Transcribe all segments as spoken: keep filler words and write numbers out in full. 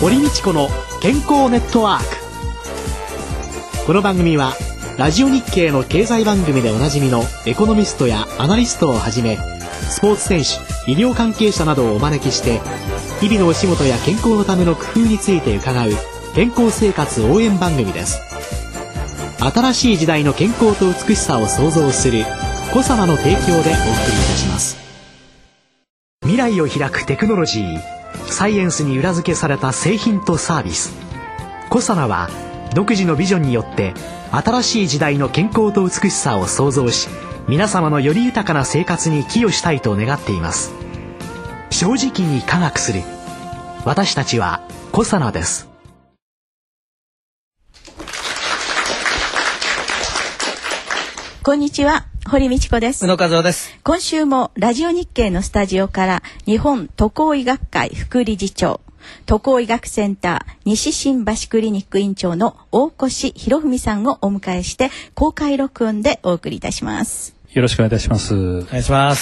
堀道子の健康ネットワーク。この番組はラジオ日経の経済番組でおなじみのエコノミストやアナリストをはじめ、スポーツ選手、医療関係者などをお招きして日々のお仕事や健康のための工夫について伺う健康生活応援番組です。新しい時代の健康と美しさを創造するコサナの提供でお送りいたします。未来を開くテクノロジー、サイエンスに裏付けされた製品とサービス。コサナは独自のビジョンによって新しい時代の健康と美しさを創造し、皆様のより豊かな生活に寄与したいと願っています。正直に科学する、私たちはコサナです。 こんにちは、堀道子です。 宇野和夫です。 今週もラジオ日経のスタジオから日本渡航医学会副理事長、渡航医学センター西新橋クリニック院長の大越博文さんをお迎えして公開録音でお送りいたします。 よろしくお願いいたします。 お願いします。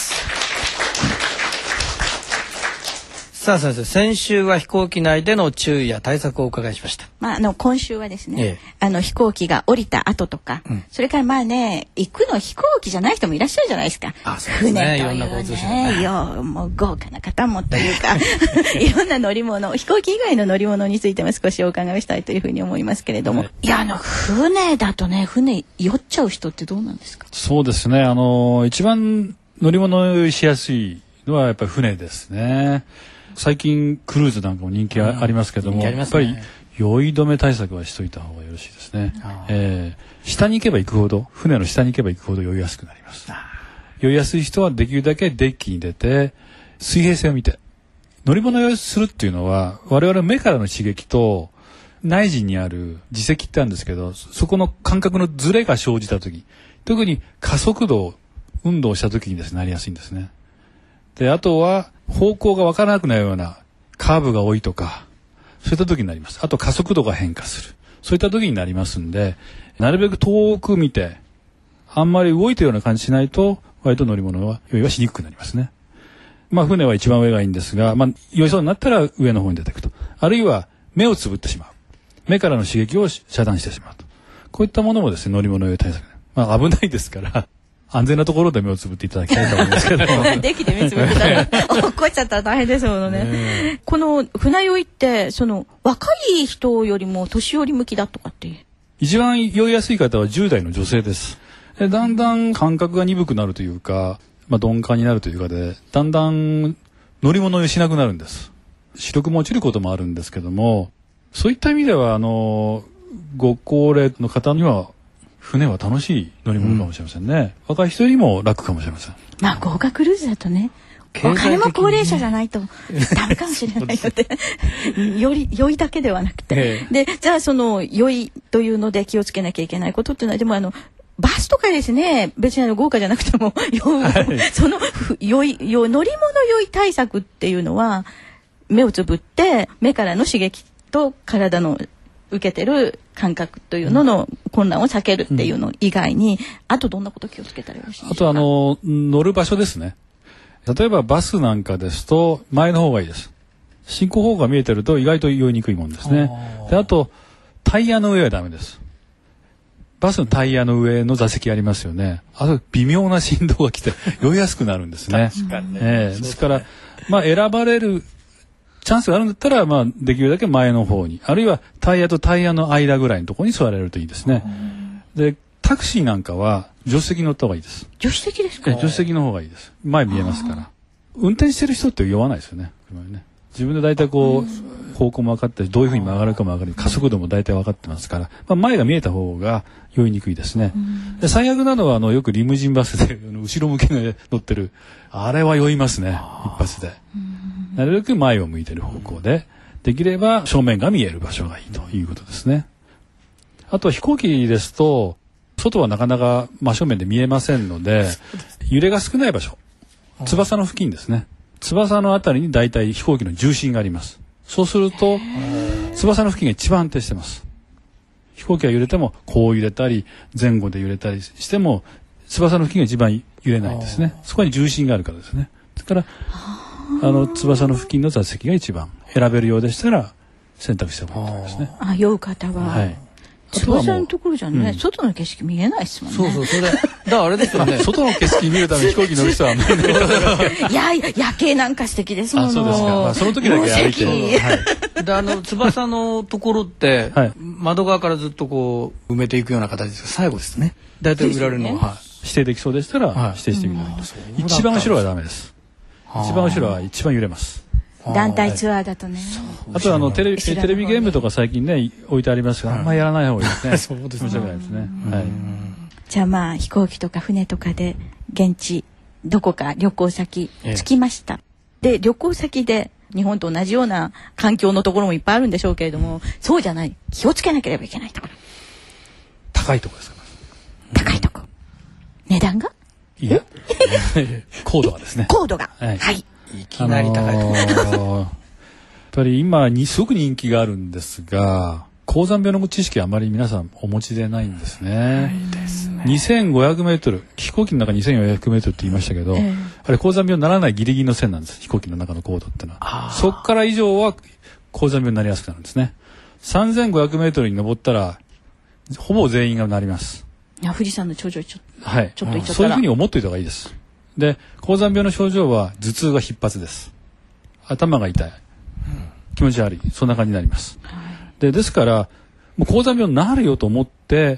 さあ先生、先週は飛行機内での注意や対策をお伺いしました。 まあ、あの今週はですね、 ええ、あの飛行機が降りた後とか、うん、それからまあね、行くの飛行機じゃない人もいらっしゃるじゃないですか。 あ、そうですね、 船というね、いろんな交通手段、よもう豪華な方もというかいろんな乗り物、飛行機以外の乗り物についても少しお伺いしたいというふうに思いますけれども、はい、いや、あの船だとね、船酔っちゃう人ってどうなんですか？ そうですね、あの一番乗り物酔いしやすいのはやっぱり船ですね。最近クルーズなんかも人気ありますけども、うん、ね、やっぱり酔い止め対策はしといた方がよろしいですね。えー、下に行けば行くほど、船の下に行けば行くほど酔いやすくなります。酔いやすい人はできるだけデッキに出て水平線を見て、乗り物酔いするっていうのは我々目からの刺激と内耳にある耳石ってあるんですけど、そこの感覚のズレが生じた時、特に加速度運動をした時にですね、なりやすいんですね。で、あとは方向がわからなくなるようなカーブが多いとか、そういった時になります。あと加速度が変化する、そういった時になりますんで、なるべく遠く見てあんまり動いてるような感じしないと、割と乗り物は酔いはしにくくなりますね。まあ船は一番上がいいんですが、まあ酔いそうになったら上の方に出ていくと、あるいは目をつぶってしまう、目からの刺激を遮断してしまうと、こういったものもですね、乗り物酔い対策、まあ危ないですから安全なところで目をつぶっていただきたいと思いますけどデッキで目つぶってたら落っこっちゃったら大変ですものね。ね、この船酔いってその若い人よりも年寄り向きだとかって、 一番酔いやすい方はじゅう代の女性です。で、だんだん感覚が鈍くなるというか、まあ、鈍感になるというかで、だんだん乗り物酔いしなくなるんです。視力も落ちることもあるんですけども、そういった意味ではあのご高齢の方には船は楽しい乗り物かもしれませんね。うん、若い人よりも楽かもしれません。 まあ豪華クルーズだとね、お金も高齢者じゃないとダメかもしれないのでより酔いだけではなくて、ええ、でじゃあその酔いというので気をつけなきゃいけないことっていうのは、でもあのバスとかですね、別にあの豪華じゃなくても酔う、はい、その酔い酔乗り物酔い対策っていうのは、目をつぶって目からの刺激と体の受けてる感覚というのの混乱を避けるっていうの以外に、うん、あとどんなこと気をつけたらよろしいでしょうか？ あとあの乗る場所ですね。例えばバスなんかですと前の方がいいです。進行方向が見えてると意外と酔いにくいもんですね。で、あとタイヤの上はダメです。バスのタイヤの上の座席ありますよね。あと微妙な振動が来て酔いやすくなるんですね。 確かにね。 えー、ですから、まあ選ばれるチャンスがあるんだったら、まあできるだけ前の方に、あるいはタイヤとタイヤの間ぐらいのところに座れるといいですね。で、タクシーなんかは助手席に乗った方がいいです。 助手席ですか？ 助手席の方がいいです。前見えますから。運転してる人って酔わないですよね。ね、自分で大体こう方向も分かってどういうふうに曲がるかも分かる、加速度も大体分かってますから、まあ、前が見えた方が酔いにくいですね。で、最悪なのはあのよくリムジンバスで後ろ向きで乗ってる、あれは酔いますね、一発で。なるべく前を向いてる方向で、できれば正面が見える場所がいいということですね。あと飛行機ですと外はなかなか真正面で見えませんので、揺れが少ない場所、翼の付近ですね。翼のあたりに大体飛行機の重心があります。そうすると翼の付近が一番安定してます。飛行機が揺れてもこう揺れたり前後で揺れたりしても翼の付近が一番揺れないんですね。そこに重心があるからですね。だからあの翼の付近の座席が一番選べるようでしたら選択してもらってますね。 あ、酔う方は。はい。翼のところじゃね、うん、外の景色見えないですもんね。 そうそう、それ。だからあれですよね。 外の景色見るために飛行機乗る人はあんまりね。 いや、夜景なんか素敵ですもん。 あ、そうですか。まあ、その時だけ歩いて。 はい、で、あの、翼のところって、はい、窓側からずっとこう、埋めていくような形ですが、最後ですね。だいたい売られるのは、はい、 指定できそうでしたら、はい、指定してみたらいいです。一番後ろはダメです。一番後ろは一番揺れます。 団体ツアーだとね。 あとはあのテレビテレビゲームとか最近ね置いてありますが、あんまりやらない方がいいですね。そうですね。申し訳ないですね。はい。 じゃあまあ飛行機とか船とかで現地どこか旅行先着きました。で旅行先で日本と同じような環境のところもいっぱいあるんでしょうけれども、そうじゃない気をつけなければいけないところ。 高いところですか。 高いとこ。値段が？ いや。高度がですね。 高度が。はい。 いきなり高いところ、あのー、 やっぱり今にすごく人気があるんですが、高山病の知識はあまり皆さんお持ちでないんですね。ですね。にせんごひゃくメートル、飛行機の中にせんよんひゃくメートルって言いましたけど、えー、あれ高山病にならないギリギリの線なんです。飛行機の中の高度ってのは。そこから以上は高山病になりやすくなるんですね。さんぜんごひゃくメートルに登ったらほぼ全員がなります。いや、富士山の頂上ちょ、 はい、 ちょっと行っちゃったら、 そういうふうに思っておいた方がいいです。で、高山病の症状は頭痛が必発です。頭が痛い、うん、気持ち悪い、そんな感じになります。はい、で、ですからもう高山病になるよと思って、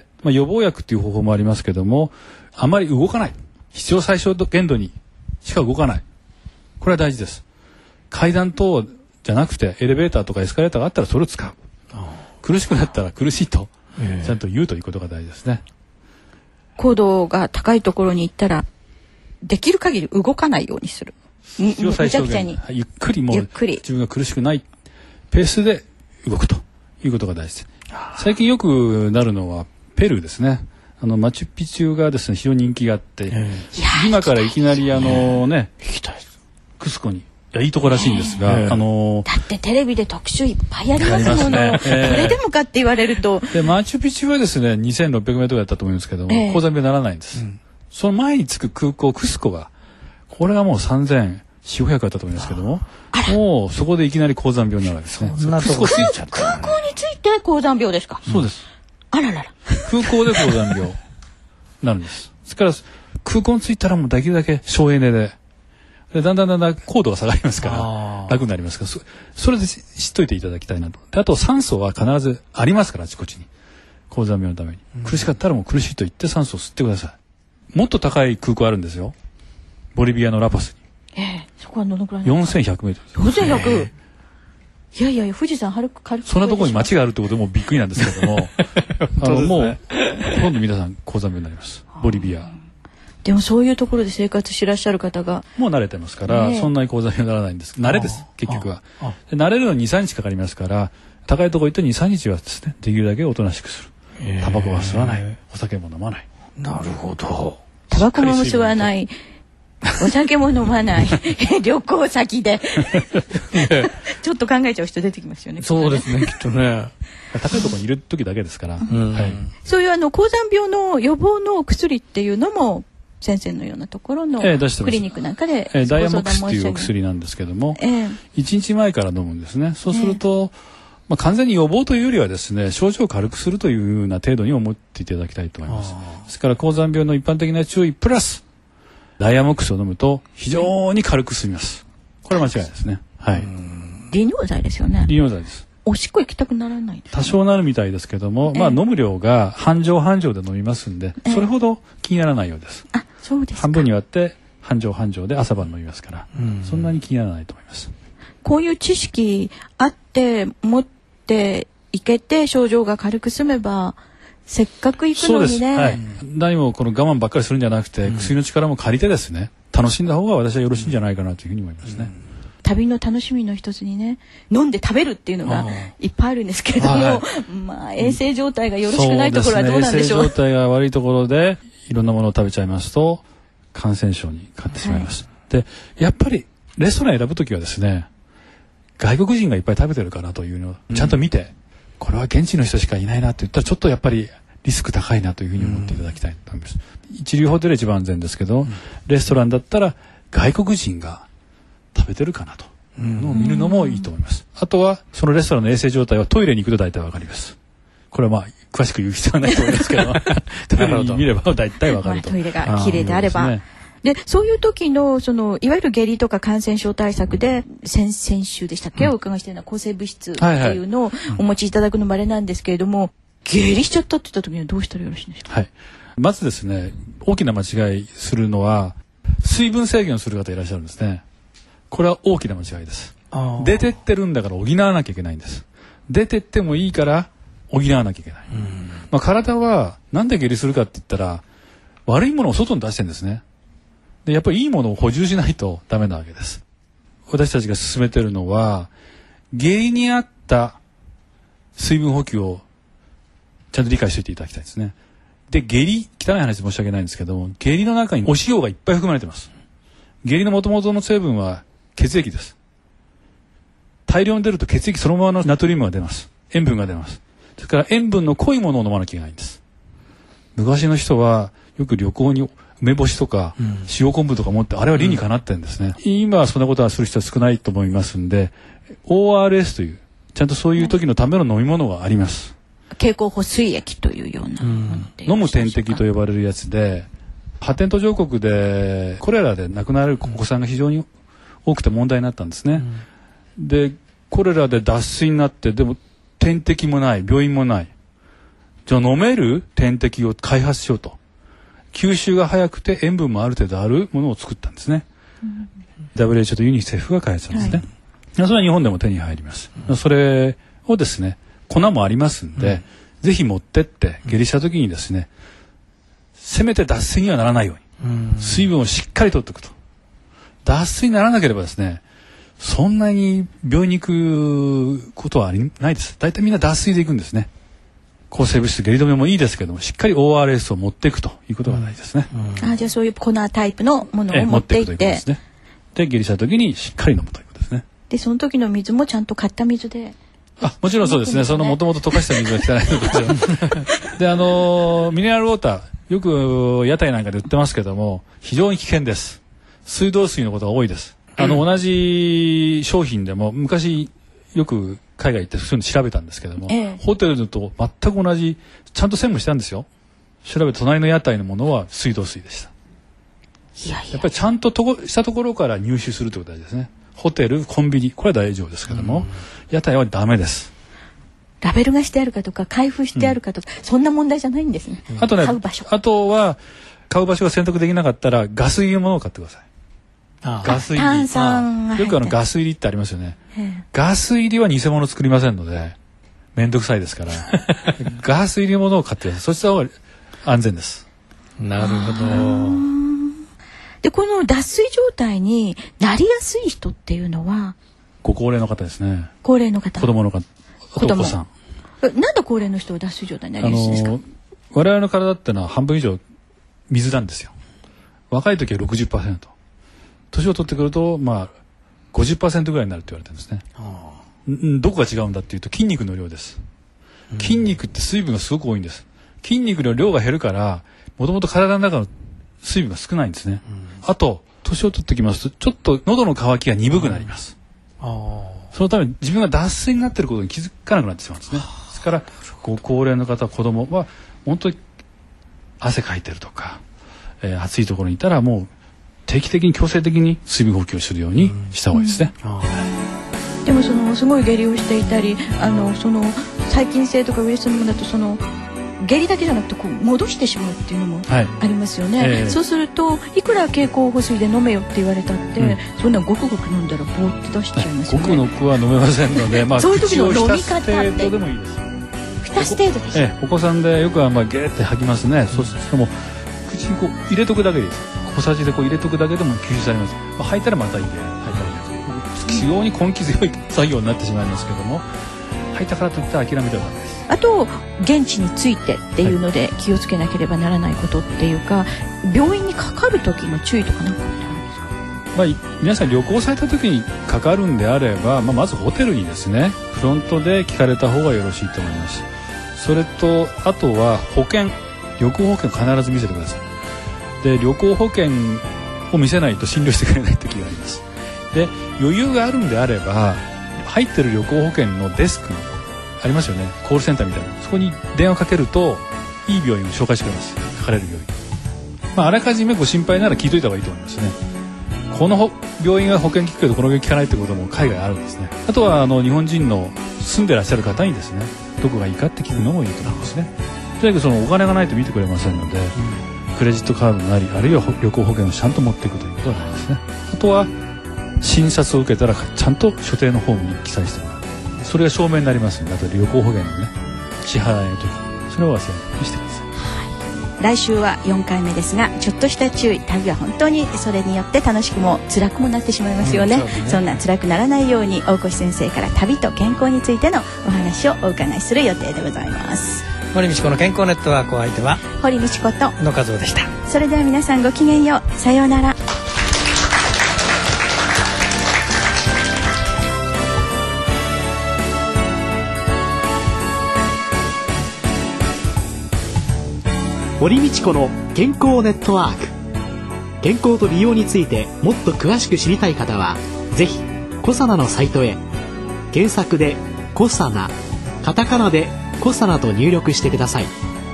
まあ、予防薬っていう方法もありますけども、あまり動かない、必要最小限度にしか動かない、これは大事です。階段等じゃなくてエレベーターとかエスカレーターがあったらそれを使う。苦しくなったら苦しいと、えー、ちゃんと言うということが大事ですね。 高度が高いところに行ったらできる限り動かないようにする。 必要最小限にゆっくりもう自分が苦しくないペースで動くということが大事です。最近よくなるのはペルーですね。あのマチュピチュがですね非常に人気があって、えー、今からいきなりあのね、 行きたいクスコにいやいいとこらしいんですが、えー、あのー、だってテレビで特集いっぱいありますもの、ね、えー、これでもかって言われると。 でマチュピチュはですねにせんろっぴゃくメートルだったと思うんですけども、えー、高山病にならないんです、うん、その前に着く空港クスコがこれがもうさんぜんよんひゃくだったと思いますけども、もうそこでいきなり高山病になるわけですね。 そんなとこついちゃった、 ね、空港に着いて高山病ですか。 そうです、 うん、あららら空港で高山病になるんです。ですから空港に着いたらもうできるだけ省エネででだんだんだんだん高度が下がりますから楽になりますから、 そ, それで知っといていただきたいなと。であと酸素は必ずありますから、あちこちに高山病のために、うん、苦しかったらもう苦しいと言って酸素を吸ってください。もっと高い空港あるんですよ、ボリビアのラパスに。えー、そこはどのくらいよんせんひゃくメートル。 よんせんひゃく、えー、いやいやいや富士山はるく軽くそんなところに町があるってことでもうびっくりなんですけどもあの、ね、もうほとんど皆さん高山病になります、ボリビア。 でもそういうところで生活してらっしゃる方がもう慣れてますから、ね、そんなに高山病にならないんです。慣れです結局は。で慣れるのに にさんにちかかりますから、高いところ行って にさんにちはですねできるだけおとなしくする。タバコは吸わない、お酒も飲まない。 なるほど。 タバコも吸わない、お酒も飲まない旅行先でちょっと考えちゃう人出てきますよね。 そうですねきっとね高いところにいる時だけですから、うんはい、 そういうあの高山病の予防の薬っていうのも先生のようなところのクリニックなんかで、 えー、ダイヤモックスっていうお薬なんですけども、えー、いちにちまえから飲むんですね。そうすると、えーまあ、完全に予防というよりはですね症状を軽くするというような程度に思っていただきたいと思います。ですから高山病の一般的な注意プラスダイヤモックスを飲むと非常に軽く済みます。これは間違いですね。はい。 利尿剤ですよね。 利尿剤です。 おしっこ行きたくならないです、ね、 多少なるみたいですけども、えー、まあ飲む量が半錠半錠で飲みますんで、えー、それほど気にならないようです。 あ、そうですか。 半分に割って半錠半錠で朝晩飲みますから、そんなに気にならないと思います。 こういう知識あって持っていけて症状が軽く済めばせっかく行くのにね。そうです、はい、 何もこの我慢ばっかりするんじゃなくて、うん、薬の力も借りてですね楽しんだ方が私はよろしいんじゃないかなというふうに思いますね。うん旅の楽しみの一つにね飲んで食べるっていうのがいっぱいあるんですけれども、はい、まあ衛生状態がよろしくないところはどうなんでしょう。 衛生状態が悪いところでいろんなものを食べちゃいますと感染症にかかってしまいます、はい、でやっぱりレストラン選ぶときはですね外国人がいっぱい食べてるかなというのをちゃんと見て、うん、これは現地の人しかいないなって言ったらちょっとやっぱりリスク高いなというふうに思っていただきたいと思います、うん、一流ホテルは一番安全ですけど、うん、レストランだったら外国人が食べてるかなとのを見るのもいいと思います。あとはそのレストランの衛生状態はトイレに行くと大体わかります。これはまあ詳しく言う必要はないと思いますけどトイレに見れば大体わかると、 まあ、トイレがきれいであればで、そういう時のそのいわゆる下痢とか感染症対策で先々週でしたっけ、うん、お伺いしているのは抗生物質っていうのをお持ちいただくのもあれなんですけれども、はいはい、下痢しちゃったって言った時にはどうしたらよろしいんでしょうか。 はい、まずですね、大きな間違いするのは水分制限をする方いらっしゃるんですね。これは大きな間違いです。出てってるんだから補わなきゃいけないんです。出てってもいいから補わなきゃいけない、うん、まあ、体はなんで下痢するかって言ったら悪いものを外に出してるんですね。でやっぱりいいものを補充しないとダメなわけです。私たちが進めているのは下痢に合った水分補給をちゃんと理解しておいていただきたいですね。で下痢、汚い話申し訳ないんですけども、下痢の中にお塩がいっぱい含まれています。下痢の元々の成分は血液です。大量に出ると血液そのままのナトリウムが出ます。塩分が出ます。ですから塩分の濃いものを飲まなきゃいけないんです。昔の人はよく旅行に梅干しとか塩昆布とか持って、あれは理にかなってるんですね、うん、今はそんなことはする人は少ないと思いますんで オーアールエス というちゃんとそういう時のための飲み物があります。 経口補水液というようなもので、 うん、飲む点滴と呼ばれるやつで、発展途上国でコレラで亡くなられるお子さんが非常に多くて問題になったんですね、うん、でコレラで脱水になって、でも点滴もない、病院もない、じゃあ飲める点滴を開発しようと、吸収が早くて塩分もある程度あるものを作ったんですね、うん、ダブリューエイチオー とユニセフが開発したんですね、はい、それは日本でも手に入ります、うん、それをですね、粉もありますんで、うん、ぜひ持ってって下痢した時にですね、せめて脱水にはならないように、うん、水分をしっかりとっておくと。脱水にならなければですね、そんなに病院に行くことはないです。大体みんな脱水で行くんですね。抗生物質下痢止めもいいですけども、しっかり オーアールエス を持っていくということが大事ですね、 うんうん、あ、じゃあそういう粉タイプのものを持っていって、え持っていくということですね。 で下痢した時にしっかり飲むということですね。 でその時の水もちゃんと買った水で、 あ、もちろんそうですね。そのもともと溶かした水が汚いのでで、あのミネラルウォーターよく屋台なんかで売ってますけども、非常に危険です。水道水のことが多いです。あの、うん、同じ商品でも昔よく海外行ってそういうの調べたんですけども、ええ、ホテルと全く同じ、ちゃんと専務したんですよ。調べて隣の屋台のものは水道水でした。 いやいや、 やっぱりちゃんととこしたところから入手するということが大事ですね。ホテル、コンビニ、これは大丈夫ですけども、うん、屋台はダメです。 ラベルがしてあるかとか開封してあるかとか、うん、そんな問題じゃないんですね、うん、 あとね、 買う場所、 あとは買う場所が選択できなかったらガス入りのものを買ってください。 ああ、 ガス入り、 炭酸が入って、 よくあのガス入りってありますよね。ガス入りは偽物作りませんのでめんどくさいですからガス入りのものを買ってください。そした方が安全です。 なるほど。 でこの脱水状態になりやすい人っていうのはご高齢の方ですね。 高齢の方、 子供の方、お子さん。 なんで高齢の人は脱水状態になりやすいんですか？あの我々の体ってのは半分以上水なんですよ。若い時は ろくじゅっパーセント、 年を取ってくるとまあ ごじゅっパーセント ぐらいになるって言われてるんですね。んどこが違うんだっていうと、筋肉の量です、うん、筋肉って水分がすごく多いんです。筋肉の量が減るからもともと体の中の水分が少ないんですね、うん、あと年を取ってきますとちょっと喉の渇きが鈍くなります、うん、そのために自分が脱水になっていることに気づかなくなってしまうんですね。ですからご高齢の方、子供は本当に汗かいてるとか、えー、暑いところにいたらもう定期的に強制的に水分補給をするようにした方がいいですね、うんうん、 でもそのすごい下痢をしていたり、あのその細菌性とかウイルスのものだとその下痢だけじゃなくてこう戻してしまうっていうのもありますよね、はい、えー、そうするといくら経口補水で飲めよって言われたって、うん、そんなごくごく飲んだらボーって出しちゃいますよね。 ごくごくは飲めませんので、まあ、 そういう時の飲み方って口を浸す程度でもいいです。 浸す程度です、 えー、お子さんでよくはまあゲーって吐きますね、うん、そうするとも口にこう入れとくだけでいいです。小さじでこう入れとくだけでも吸収されます、まあ、吐いたらまた入れ、吐いたら入れ、非常に根気強い作業になってしまいますけども、吐いたからといって諦めてはダメです。 あと現地についてっていうので気をつけなければならないことっていうか、はい、病院にかかる時の注意とか何かってあるんですか？ まあ、皆さん旅行された時にかかるんであれば、まあ、まずホテルにですねフロントで聞かれた方がよろしいと思います。それとあとは保険、旅行保険必ず見せてください。で旅行保険を見せないと診療してくれない時があります。 で余裕があるんであれば入ってる旅行保険のデスクありますよね、コールセンターみたいな、そこに電話かけるといい病院を紹介してくれます。かかれる病院、まあ、あらかじめご心配なら聞いといた方がいいと思いますね。この病院は保険効くけどこの病院効かないってことも海外あるんですね。あとはあの日本人の住んでらっしゃる方にですね、どこがいいかって聞くのもいいと思いますね。とにかくそのお金がないと見てくれませんので、うん、クレジットカードなりあるいは旅行保険をちゃんと持っていくということになりますね。あとは診察を受けたらちゃんと所定のフォームに記載してもらう、それが証明になりますので、あと旅行保険のね支払いの時それを忘れないにしてください。 来週はよんかいめですが、ちょっとした注意、旅は本当にそれによって楽しくも辛くもなってしまいますよね。うん、 そ, ねそんな辛くならないように大越先生から旅と健康についてのお話をお伺いする予定でございます。 堀道子の健康ネットワーク、お相手は堀道子と野和夫でした。 それでは皆さんごきげんよう。さようなら。 堀道子の健康ネットワーク。健康と美容についてもっと詳しく知りたい方はぜひコサナのサイトへ検索でコサナ、カタカナでコサナと入力してください。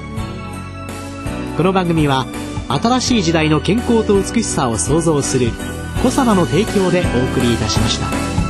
この番組は新しい時代の健康と美しさを創造するコサナの提供でお送りいたしました。